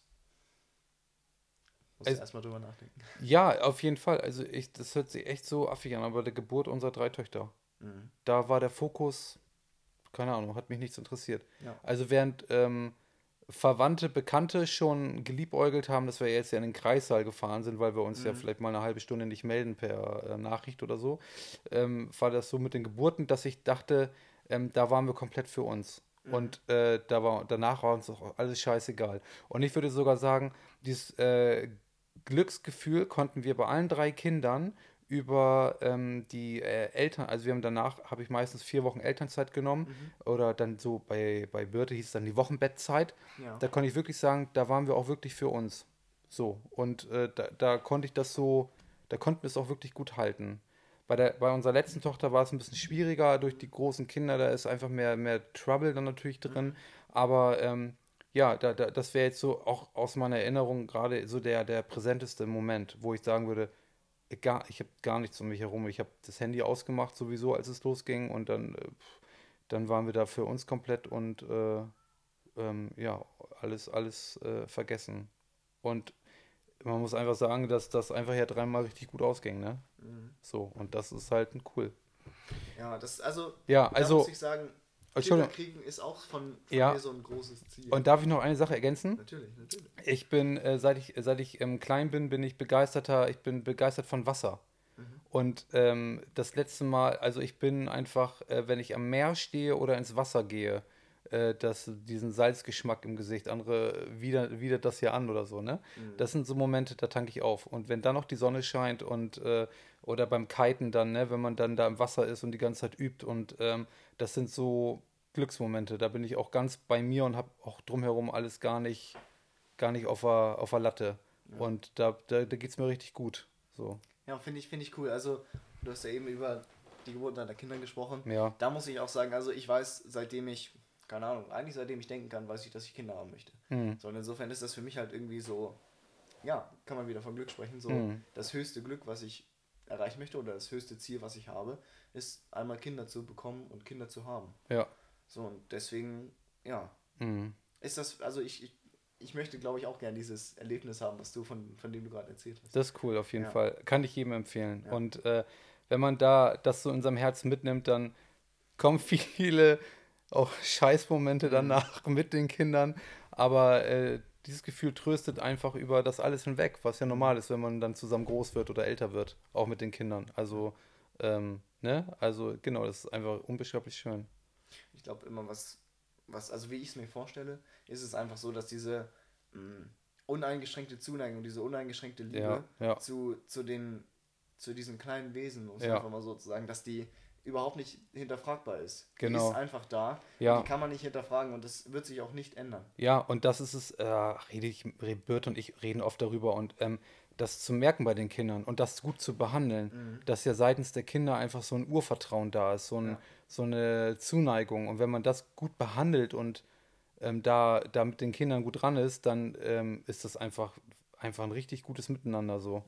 Musst du erstmal drüber nachdenken. Ja, auf jeden Fall. Also das hört sich echt so affig an, aber der Geburt unserer 3 Töchter, da war der Fokus, keine Ahnung, hat mich nichts interessiert. Ja. Also während Verwandte, Bekannte schon geliebäugelt haben, dass wir jetzt ja in den Kreissaal gefahren sind, weil wir uns ja vielleicht mal eine halbe Stunde nicht melden per Nachricht oder so, war das so mit den Geburten, dass ich dachte, da waren wir komplett für uns. Und danach war uns auch alles scheißegal. Und ich würde sogar sagen, dieses Glücksgefühl konnten wir bei allen 3 Kindern über die Eltern, also wir haben danach, habe ich meistens 4 Wochen Elternzeit genommen oder dann so bei Birte hieß es dann die Wochenbettzeit. Ja. Da konnte ich wirklich sagen, da waren wir auch wirklich für uns. So, und da konnte ich das so, da konnten wir es auch wirklich gut halten. Bei unserer letzten Tochter war es ein bisschen schwieriger durch die großen Kinder, da ist einfach mehr Trouble dann natürlich drin, aber das wäre jetzt so auch aus meiner Erinnerung gerade so der präsenteste Moment, wo ich sagen würde, ich habe gar nichts um mich herum. Ich habe das Handy ausgemacht sowieso, als es losging und dann waren wir da für uns komplett und alles vergessen. Und man muss einfach sagen, dass das einfach ja 3-mal richtig gut ausging, ne? So, und das ist halt cool. Ja, da muss ich sagen, Kinder kriegen ist auch von mir so ein großes Ziel. Und darf ich noch eine Sache ergänzen? Natürlich. Ich bin, seit ich klein bin, bin ich begeistert von Wasser. Und das letzte Mal, also ich bin einfach, wenn ich am Meer stehe oder ins Wasser gehe, diesen Salzgeschmack im Gesicht, andere widert das ja an oder so, ne? Das sind so Momente, da tanke ich auf. Und wenn dann noch die Sonne scheint und oder beim Kiten dann, ne, wenn man dann da im Wasser ist und die ganze Zeit übt und das sind so Glücksmomente, da bin ich auch ganz bei mir und habe auch drumherum alles gar nicht auf der Latte. Ja. Und da geht es mir richtig gut. So. Ja, finde ich cool. Also, du hast ja eben über die Geburt deiner Kinder gesprochen. Ja. Da muss ich auch sagen, also ich weiß, seitdem ich denken kann, weiß ich, dass ich Kinder haben möchte. So, und insofern ist das für mich halt irgendwie so, kann man wieder von Glück sprechen, so das höchste Glück, was ich erreichen möchte oder das höchste Ziel, was ich habe, ist einmal Kinder zu bekommen und Kinder zu haben. Ja. So, und deswegen, ist das, also ich möchte, glaube ich, auch gerne dieses Erlebnis haben, was du von dem du gerade erzählt hast. Das ist cool, auf jeden Fall. Kann ich jedem empfehlen. Ja. Und wenn man da das so in seinem Herzen mitnimmt, dann kommen viele auch Scheißmomente danach mit den Kindern. Aber dieses Gefühl tröstet einfach über das alles hinweg, was ja normal ist, wenn man dann zusammen groß wird oder älter wird, auch mit den Kindern. Also, Also, genau, das ist einfach unbeschreiblich schön. Ich glaube immer, also wie ich es mir vorstelle, ist es einfach so, dass diese uneingeschränkte Zuneigung, diese uneingeschränkte Liebe Ja. zu diesen kleinen Wesen, muss man Ja. einfach mal so zu sagen, dass die überhaupt nicht hinterfragbar ist. Die Genau. ist einfach da. Ja. Die kann man nicht hinterfragen und das wird sich auch nicht ändern. Ja, und das ist es, Birte und ich reden oft darüber und das zu merken bei den Kindern und das gut zu behandeln, dass ja seitens der Kinder einfach so ein Urvertrauen da ist, so eine Zuneigung. Und wenn man das gut behandelt und da mit den Kindern gut dran ist, dann ist das einfach ein richtig gutes Miteinander so.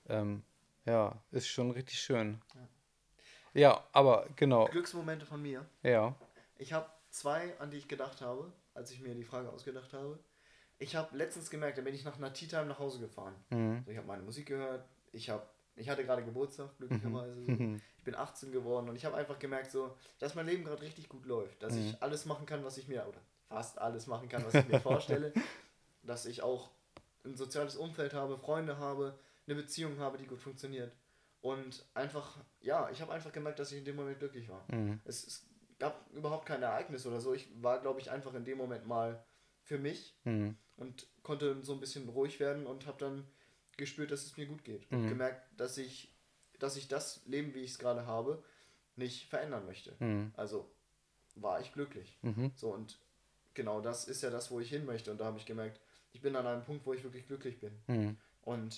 Ja, ist schon richtig schön. Ja, aber genau, Glücksmomente von mir. ja. Ich habe 2, an die ich gedacht habe, als ich mir die Frage ausgedacht habe. Ich habe letztens gemerkt, da bin ich nach einer Tea Time nach Hause gefahren. So, ich habe meine Musik gehört, ich hatte gerade Geburtstag, glücklicherweise. So. Ich bin 18 geworden und ich habe einfach gemerkt, so, dass mein Leben gerade richtig gut läuft. Dass ich alles machen kann, was ich mir, oder fast alles machen kann, was ich mir vorstelle. Dass ich auch ein soziales Umfeld habe, Freunde habe, eine Beziehung habe, die gut funktioniert. Und einfach, ja, ich habe einfach gemerkt, dass ich in dem Moment glücklich war. Es gab überhaupt kein Ereignis oder so. Ich war, glaube ich, einfach in dem Moment mal für mich und konnte so ein bisschen ruhig werden und habe dann gespürt, dass es mir gut geht. Und gemerkt, dass ich das Leben, wie ich es gerade habe, nicht verändern möchte. Also war ich glücklich. So, und genau das ist ja das, wo ich hin möchte. Und da habe ich gemerkt, ich bin an einem Punkt, wo ich wirklich glücklich bin. Und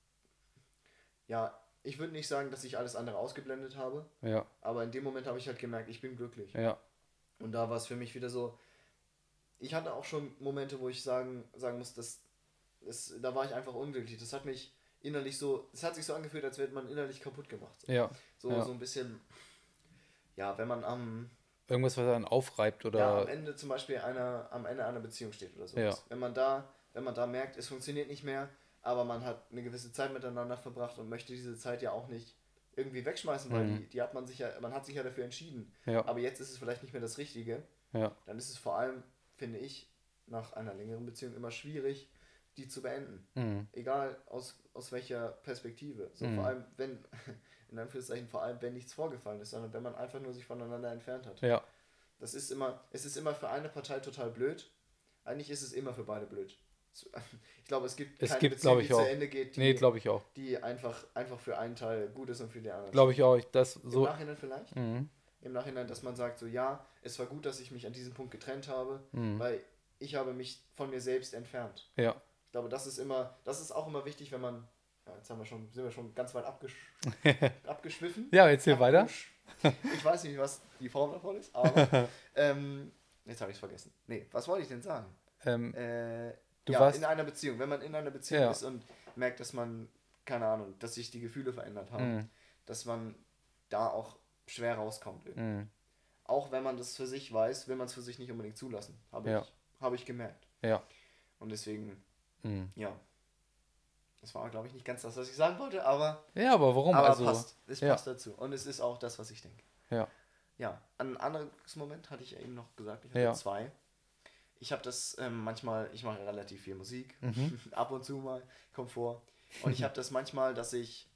ja, ich würde nicht sagen, dass ich alles andere ausgeblendet habe, Ja, aber in dem Moment habe ich halt gemerkt, ich bin glücklich. ja, Und da war es für mich wieder so, ich hatte auch schon Momente, wo ich sagen muss, da war ich einfach unglücklich. Das hat mich innerlich so, es hat sich so angefühlt, als wäre man innerlich kaputt gemacht. ja. So ein bisschen, ja, wenn man Irgendwas, was einen aufreibt am oder. Ende zum Beispiel am Ende einer Beziehung steht oder so. Ja. Wenn man da merkt, es funktioniert nicht mehr, aber man hat eine gewisse Zeit miteinander verbracht und möchte diese Zeit ja auch nicht irgendwie wegschmeißen, weil die hat man hat sich ja dafür entschieden. Ja. Aber jetzt ist es vielleicht nicht mehr das Richtige. Ja. Dann ist es vor allem, finde ich, nach einer längeren Beziehung immer schwierig, die zu beenden. Egal aus welcher Perspektive. So vor allem, wenn, in Anführungszeichen, wenn nichts vorgefallen ist, sondern wenn man einfach nur sich voneinander entfernt hat. Ja. Es ist immer für eine Partei total blöd. Eigentlich ist es immer für beide blöd. Ich glaube, es gibt keine Beziehung, die zu Ende geht, glaube ich auch. die einfach für einen Teil gut ist und für den anderen. Glaube ich auch. Im Nachhinein vielleicht. Im Nachhinein, dass man sagt, so ja, es war gut, dass ich mich an diesem Punkt getrennt habe, weil ich habe mich von mir selbst entfernt. Ja. Ich glaube, das ist auch immer wichtig, wenn man, ja, jetzt sind wir schon ganz weit abgeschwiffen. Ja, erzähl weiter. Ich weiß nicht, was die Form davon ist, aber jetzt habe ich es vergessen. Nee, was wollte ich denn sagen? warst in einer Beziehung. Wenn man in einer Beziehung ist und merkt, dass man, keine Ahnung, dass sich die Gefühle verändert haben, dass man da auch schwer rauskommt. Auch wenn man das für sich weiß, will man es für sich nicht unbedingt zulassen. Habe ich gemerkt. Ja. Und deswegen, ja. Das war, glaube ich, nicht ganz das, was ich sagen wollte, aber... Ja, aber warum? Aber Also, es passt dazu. Und es ist auch das, was ich denke. Ja. Ja, ein anderes Moment hatte ich ja eben noch gesagt. Ich hatte 2. Ich habe das manchmal, ich mache relativ viel Musik. Ab und zu mal, kommt vor. Und ich habe das manchmal, dass ich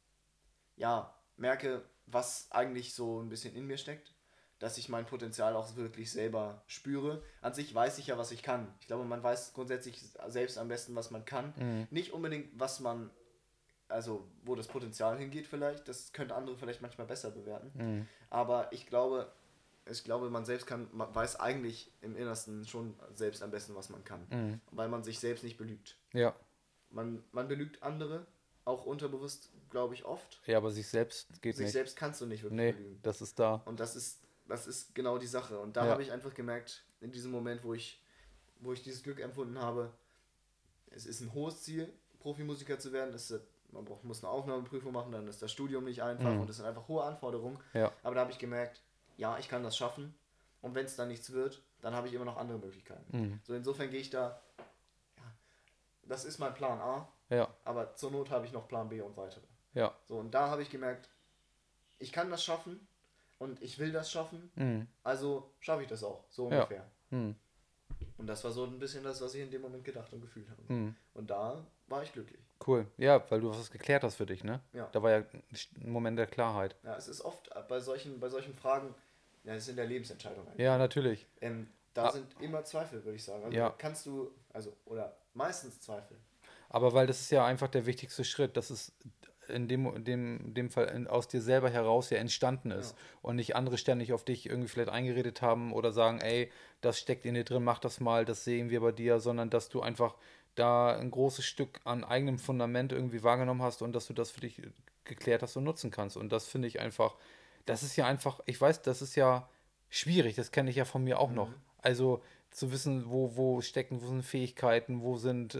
merke, was eigentlich so ein bisschen in mir steckt. Dass ich mein Potenzial auch wirklich selber spüre. An sich weiß ich ja, was ich kann. Ich glaube, man weiß grundsätzlich selbst am besten, was man kann. Nicht unbedingt, wo das Potenzial hingeht vielleicht. Das könnte andere vielleicht manchmal besser bewerten. Aber ich glaube, man selbst man weiß eigentlich im Innersten schon selbst am besten, was man kann. Weil man sich selbst nicht belügt. Ja. Man belügt andere, auch unterbewusst, glaube ich, oft. Ja, aber sich selbst geht nicht. Sich selbst kannst du nicht wirklich belügen. Das ist da. Und das ist genau die Sache. Und da habe ich einfach gemerkt, in diesem Moment, wo ich dieses Glück empfunden habe, es ist ein hohes Ziel, Profimusiker zu werden. Man muss eine Aufnahmeprüfung machen, dann ist das Studium nicht einfach und es sind einfach hohe Anforderungen. Ja. Aber da habe ich gemerkt, ja, ich kann das schaffen. Und wenn es dann nichts wird, dann habe ich immer noch andere Möglichkeiten. So insofern gehe ich da, das ist mein Plan A, aber zur Not habe ich noch Plan B und weitere. Ja. So, und da habe ich gemerkt, ich kann das schaffen und ich will das schaffen, also schaffe ich das auch, so ungefähr. Und das war so ein bisschen das, was ich in dem Moment gedacht und gefühlt habe. Und da war ich glücklich. Cool. Ja, weil du was geklärt hast für dich, ne? Ja. Da war ja ein Moment der Klarheit. Ja, es ist oft bei solchen Fragen, ja, es ist in der Lebensentscheidung eigentlich. Ja, natürlich. Da sind immer Zweifel, würde ich sagen. Also Ja. kannst du, oder meistens Zweifel. Aber weil das ist ja einfach der wichtigste Schritt, dass es in dem Fall aus dir selber heraus ja entstanden ist Ja. und nicht andere ständig auf dich irgendwie vielleicht eingeredet haben oder sagen, ey, das steckt in dir drin, mach das mal, das sehen wir bei dir, sondern dass du einfach da ein großes Stück an eigenem Fundament irgendwie wahrgenommen hast und dass du das für dich geklärt hast und nutzen kannst. Und das finde ich einfach, das ist ja einfach, ich weiß, das ist ja schwierig, das kenne ich ja von mir auch noch. Also zu wissen, wo stecken, wo sind Fähigkeiten, wo sind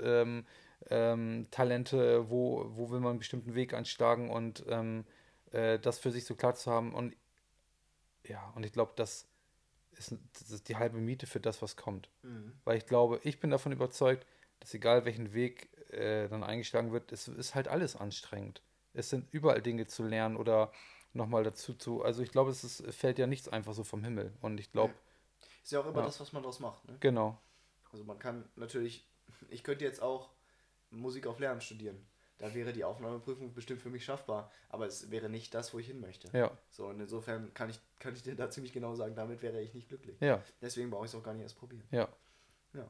Talente, wo will man einen bestimmten Weg einschlagen und das für sich so klar zu haben. Und ja, und ich glaube, das ist die halbe Miete für das, was kommt. Weil ich glaube, ich bin davon überzeugt, dass egal welchen Weg dann eingeschlagen wird, es ist halt alles anstrengend. Es sind überall Dinge zu lernen oder nochmal dazu zu. Also ich glaube, fällt ja nichts einfach so vom Himmel. Und ich glaube, Ist ja auch immer ja, das, was man daraus macht. Ne? genau. Also man kann natürlich, ich könnte jetzt auch Musik auf Lernen studieren. Da wäre die Aufnahmeprüfung bestimmt für mich schaffbar, aber es wäre nicht das, wo ich hin möchte. Ja, So, und insofern kann ich dir da ziemlich genau sagen, damit wäre ich nicht glücklich. ja, Deswegen brauche ich es auch gar nicht erst probieren. ja. Ja,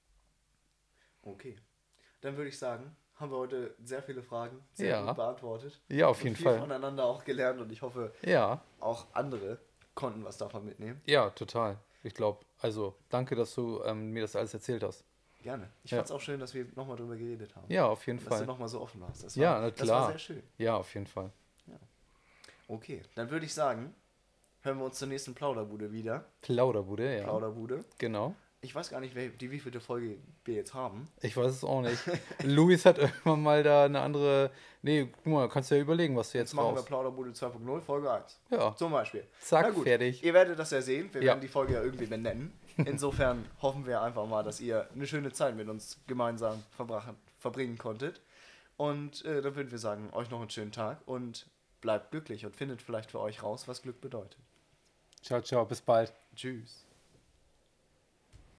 okay. Dann würde ich sagen, haben wir heute sehr viele Fragen sehr Ja. gut beantwortet. Ja, auf Und jeden viel Fall. voneinander auch gelernt und ich hoffe, Ja, auch andere konnten was davon mitnehmen. ja, total. Ich glaube, also danke, dass du mir das alles erzählt hast. Gerne. Ich Ja. fand es auch schön, dass wir nochmal drüber geredet haben. Ja, auf jeden Und dass du Fall. nochmal so offen warst. Ja, na Das war klar. sehr schön. Ja, auf jeden Fall. Okay, dann würde ich sagen, hören wir uns zur nächsten Plauderbude wieder. Plauderbude, ja. Plauderbude. Genau. Ich weiß gar nicht, wievielte Folge wir jetzt haben. Ich weiß es auch nicht. Luis hat irgendwann mal da eine andere. Nee, guck mal, kannst du ja überlegen, was du Jetzt jetzt machen wir brauchst. Plauderbude 2.0, Folge 1. Ja. Zum Beispiel. Zack, Na gut, fertig. Ihr werdet das ja sehen. Wir Ja. werden die Folge ja irgendwie benennen. Insofern hoffen wir einfach mal, dass ihr eine schöne Zeit mit uns gemeinsam verbringen konntet. Und dann würden wir sagen, euch noch einen schönen Tag und bleibt glücklich und findet vielleicht für euch raus, was Glück bedeutet. Ciao, ciao, bis bald. Tschüss.